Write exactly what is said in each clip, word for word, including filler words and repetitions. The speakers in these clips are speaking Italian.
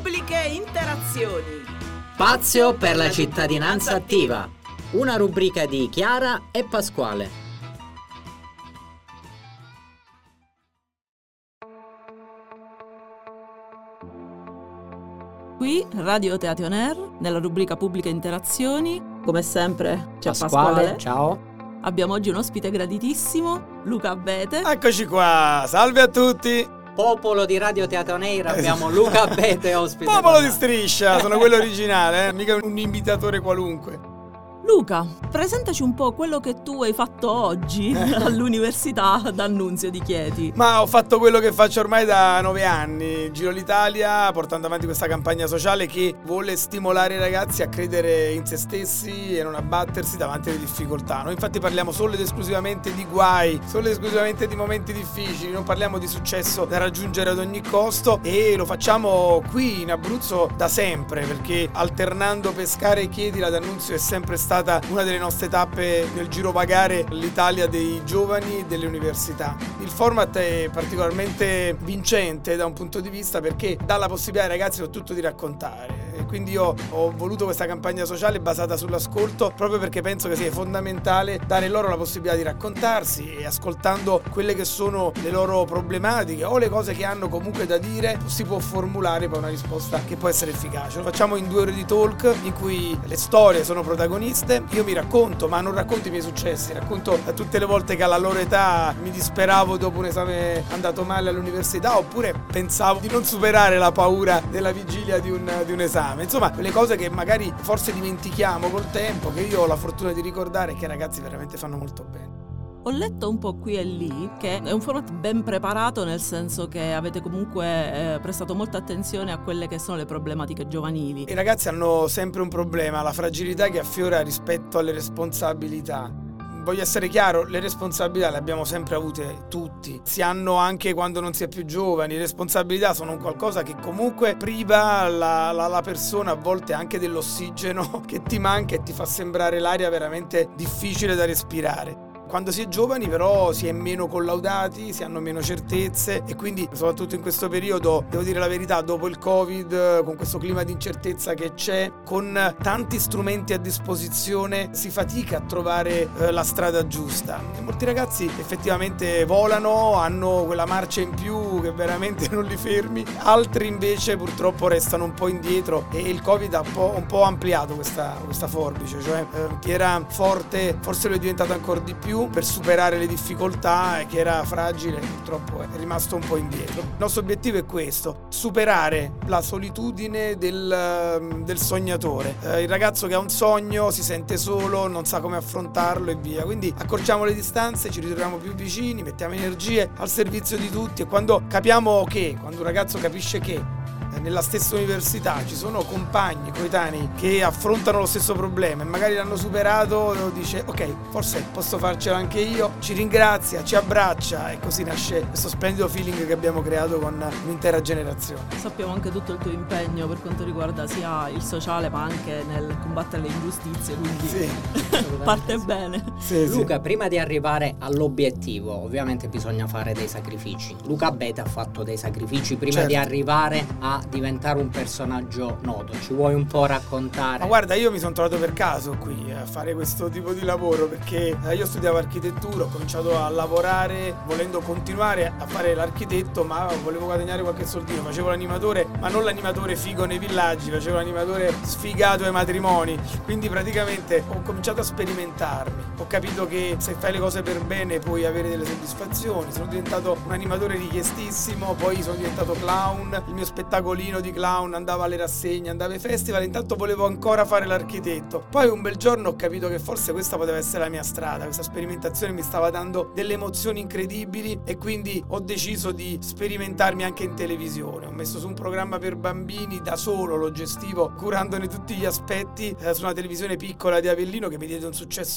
Pubbliche Interazioni. Spazio per la cittadinanza attiva. Una rubrica di Chiara e Pasquale. Qui Radio Teatro On Air, nella rubrica Pubbliche Interazioni, come sempre c'è Pasquale, Pasquale. Ciao. Abbiamo oggi un ospite graditissimo, Luca Abete. Eccoci qua, salve a tutti. Popolo di Radio Teatro On Air, abbiamo Luca Abete ospite. Popolo di striscia, sono quello originale, eh? Mica un imitatore qualunque. Luca, presentaci un po' quello che tu hai fatto oggi all'Università D'Annunzio di Chieti. Ma ho fatto quello che faccio ormai da nove anni, giro l'Italia portando avanti questa campagna sociale che vuole stimolare i ragazzi a credere in se stessi e non abbattersi davanti alle difficoltà. Noi infatti parliamo solo ed esclusivamente di guai, solo ed esclusivamente di momenti difficili, non parliamo di successo da raggiungere ad ogni costo, e lo facciamo qui in Abruzzo da sempre, perché alternando Pescara e Chieti la D'Annunzio è sempre stata una delle nostre tappe nel girovagare l'Italia dei giovani e delle università. Il format è particolarmente vincente da un punto di vista perché dà la possibilità ai ragazzi soprattutto di raccontare, e quindi io ho voluto questa campagna sociale basata sull'ascolto proprio perché penso che sia fondamentale dare loro la possibilità di raccontarsi, e ascoltando quelle che sono le loro problematiche o le cose che hanno comunque da dire si può formulare poi una risposta che può essere efficace. Lo facciamo in due ore di talk in cui le storie sono protagoniste. Io mi racconto, ma non racconto i miei successi, racconto tutte le volte che alla loro età mi disperavo dopo un esame andato male all'università, oppure pensavo di non superare la paura della vigilia di un, di un esame. Insomma, quelle cose che magari forse dimentichiamo col tempo, che io ho la fortuna di ricordare e che i ragazzi veramente fanno molto bene. Ho letto un po' qui e lì che è un format ben preparato, nel senso che avete comunque eh, prestato molta attenzione a quelle che sono le problematiche giovanili. I ragazzi hanno sempre un problema, la fragilità che affiora rispetto alle responsabilità. Voglio essere chiaro, le responsabilità le abbiamo sempre avute tutti, si hanno anche quando non si è più giovani. Le responsabilità sono un qualcosa che comunque priva la, la, la persona a volte anche dell'ossigeno che ti manca e ti fa sembrare l'aria veramente difficile da respirare. Quando si è giovani però si è meno collaudati, si hanno meno certezze, e quindi soprattutto in questo periodo, devo dire la verità, dopo il Covid, con questo clima di incertezza che c'è, con tanti strumenti a disposizione, si fatica a trovare eh, la strada giusta. E molti ragazzi effettivamente volano, hanno quella marcia in più che veramente non li fermi, altri invece purtroppo restano un po' indietro, e il Covid ha un po', un po' ampliato questa, questa forbice, cioè eh, chi era forte forse lo è diventato ancora di più per superare le difficoltà, e chi era fragile purtroppo è rimasto un po' indietro. Il nostro obiettivo è questo: superare la solitudine del, del sognatore, eh, il ragazzo che ha un sogno, si sente solo, non sa come affrontarlo e via. Quindi accorciamo le distanze, ci ritroviamo più vicini, mettiamo energie al servizio di tutti, e quando capiamo che, quando un ragazzo capisce che nella stessa università ci sono compagni, coetanei che affrontano lo stesso problema e magari l'hanno superato, dice ok, forse posso farcela anche io, ci ringrazia, ci abbraccia, e così nasce questo splendido feeling che abbiamo creato con un'intera generazione. Sappiamo anche tutto il tuo impegno per quanto riguarda sia il sociale ma anche nel combattere le ingiustizie, quindi sì, parte bene. Sì, Luca, sì. prima di arrivare all'obiettivo ovviamente bisogna fare dei sacrifici. Luca Abete ha fatto dei sacrifici prima certo. di arrivare a diventare un personaggio noto. Ci vuoi un po' raccontare? Ma guarda, io mi sono trovato per caso qui a fare questo tipo di lavoro, perché io studiavo architettura, ho cominciato a lavorare volendo continuare a fare l'architetto, ma volevo guadagnare qualche soldino. Facevo l'animatore, ma non l'animatore figo nei villaggi, facevo l'animatore sfigato ai matrimoni. Quindi praticamente ho cominciato a sperimentarmi, ho capito che se fai le cose per bene puoi avere delle soddisfazioni. Sono diventato un animatore richiestissimo, poi sono diventato clown, il mio spettacolino di clown andava alle rassegne, andava ai festival, intanto volevo ancora fare l'architetto. Poi un bel giorno ho capito che forse questa poteva essere la mia strada, questa sperimentazione mi stava dando delle emozioni incredibili, e quindi ho deciso di sperimentarmi anche in televisione. Ho messo su un programma per bambini, da solo lo gestivo, curandone tutti gli aspetti, eh, su una televisione piccola di Avellino che mi diede un successo enorme,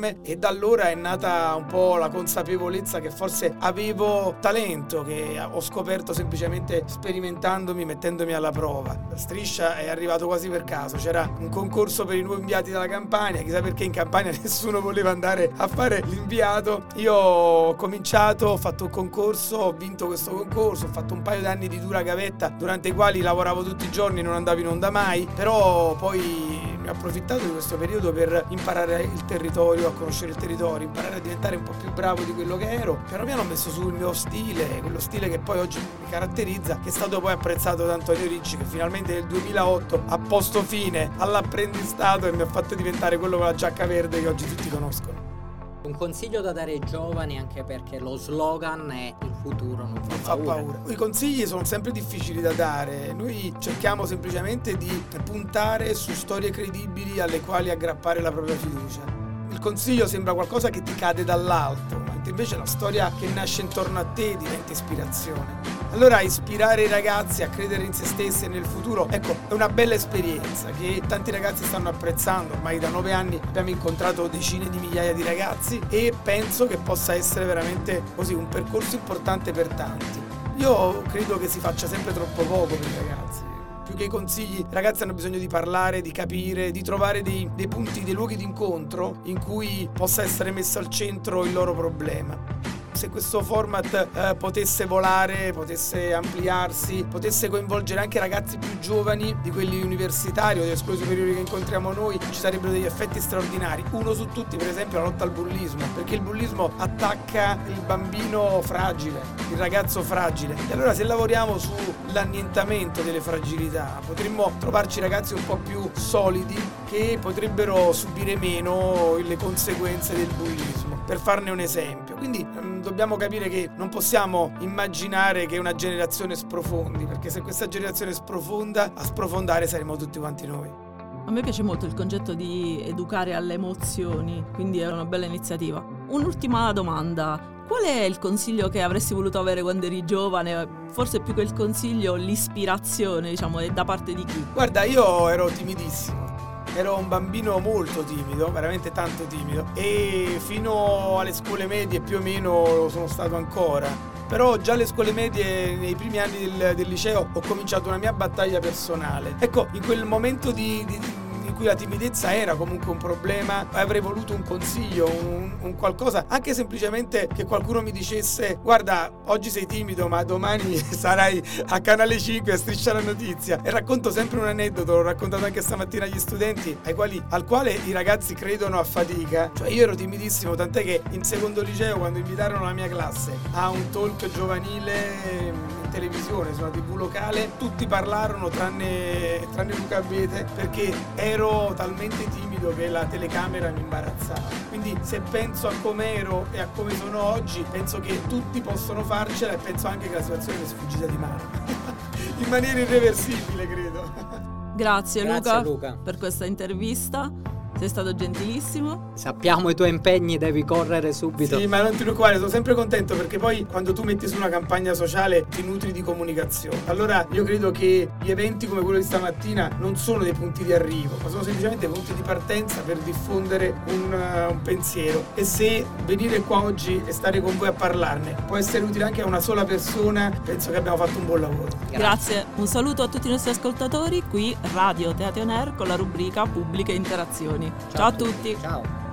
esame, e da allora è nata un po' la consapevolezza che forse avevo talento, che ho scoperto semplicemente sperimentandomi, mettendomi alla prova. La Striscia è arrivato quasi per caso, c'era un concorso per i nuovi inviati dalla Campania, chissà perché in Campania nessuno voleva andare a fare l'inviato. Io ho cominciato, ho fatto un concorso, ho vinto questo concorso, ho fatto un paio di anni di dura gavetta durante i quali lavoravo tutti i giorni, non andavo in onda mai, però poi ho approfittato di questo periodo per imparare il territorio, a conoscere il territorio, imparare a diventare un po' più bravo di quello che ero. Piano piano ho messo su il mio stile, quello stile che poi oggi mi caratterizza, che è stato poi apprezzato da Antonio Ricci, che finalmente nel duemilaotto ha posto fine all'apprendistato e mi ha fatto diventare quello con la giacca verde che oggi tutti conoscono. Un consiglio da dare ai giovani, anche perché lo slogan è il futuro non fa, non fa paura. paura. I consigli sono sempre difficili da dare, noi cerchiamo semplicemente di puntare su storie credibili alle quali aggrappare la propria fiducia. Il consiglio sembra qualcosa che ti cade dall'alto, mentre invece la storia che nasce intorno a te diventa ispirazione. Allora ispirare i ragazzi a credere in se stessi e nel futuro, ecco, è una bella esperienza che tanti ragazzi stanno apprezzando. Ormai da nove anni abbiamo incontrato decine di migliaia di ragazzi e penso che possa essere veramente così un percorso importante per tanti. Io credo che si faccia sempre troppo poco per i ragazzi. Più che i consigli, i ragazzi hanno bisogno di parlare, di capire, di trovare dei, dei punti, dei luoghi di incontro in cui possa essere messo al centro il loro problema. Se questo format eh, potesse volare, potesse ampliarsi, potesse coinvolgere anche ragazzi più giovani di quelli universitari o delle scuole superiori che incontriamo noi, ci sarebbero degli effetti straordinari. Uno su tutti, per esempio, la lotta al bullismo, perché il bullismo attacca il bambino fragile, il ragazzo fragile. E allora se lavoriamo sull'annientamento delle fragilità, potremmo trovarci ragazzi un po' più solidi che potrebbero subire meno le conseguenze del bullismo, per farne un esempio. Quindi mh, dobbiamo capire che non possiamo immaginare che una generazione sprofondi, perché se questa generazione sprofonda, a sprofondare saremo tutti quanti noi. A me piace molto il concetto di educare alle emozioni, quindi è una bella iniziativa. Un'ultima domanda. Qual è il consiglio che avresti voluto avere quando eri giovane? Forse più che il consiglio, l'ispirazione, diciamo, e da parte di chi? Guarda, io ero timidissimo. Ero un bambino molto timido, veramente tanto timido, e fino alle scuole medie più o meno lo sono stato ancora. Però già alle scuole medie, nei primi anni del, del liceo, ho cominciato una mia battaglia personale. Ecco, in quel momento di, di, in cui la timidezza era comunque un problema, avrei voluto un consiglio, un, un qualcosa, anche semplicemente che qualcuno mi dicesse: guarda, oggi sei timido, ma domani sarai a Canale cinque a Striscia la Notizia. E racconto sempre un aneddoto, l'ho raccontato anche stamattina agli studenti, ai quali, al quale i ragazzi credono a fatica. Cioè io ero timidissimo, tant'è che in secondo liceo, quando invitarono la mia classe a un talk giovanile in televisione, su una tivù locale, tutti parlarono tranne, tranne Luca Abete, perché ero talmente timido che la telecamera mi imbarazzava. Quindi se penso a come ero e a come sono oggi, penso che tutti possono farcela, e penso anche che la situazione mi è sfuggita di mano in maniera irreversibile, credo. Grazie, Grazie Luca, Luca per questa intervista. Sei stato gentilissimo. Sappiamo i tuoi impegni, devi correre subito. Sì, ma non ti preoccupare, sono sempre contento, perché poi quando tu metti su una campagna sociale ti nutri di comunicazione. Allora io credo che gli eventi come quello di stamattina non sono dei punti di arrivo, ma sono semplicemente punti di partenza per diffondere un, uh, un pensiero. E se venire qua oggi e stare con voi a parlarne può essere utile anche a una sola persona, penso che abbiamo fatto un buon lavoro. Grazie. Grazie. Un saluto a tutti i nostri ascoltatori. Qui Radio Teatro On Air con la rubrica Pubbliche Interazioni. Ciao, Ciao a tutti. Ciao.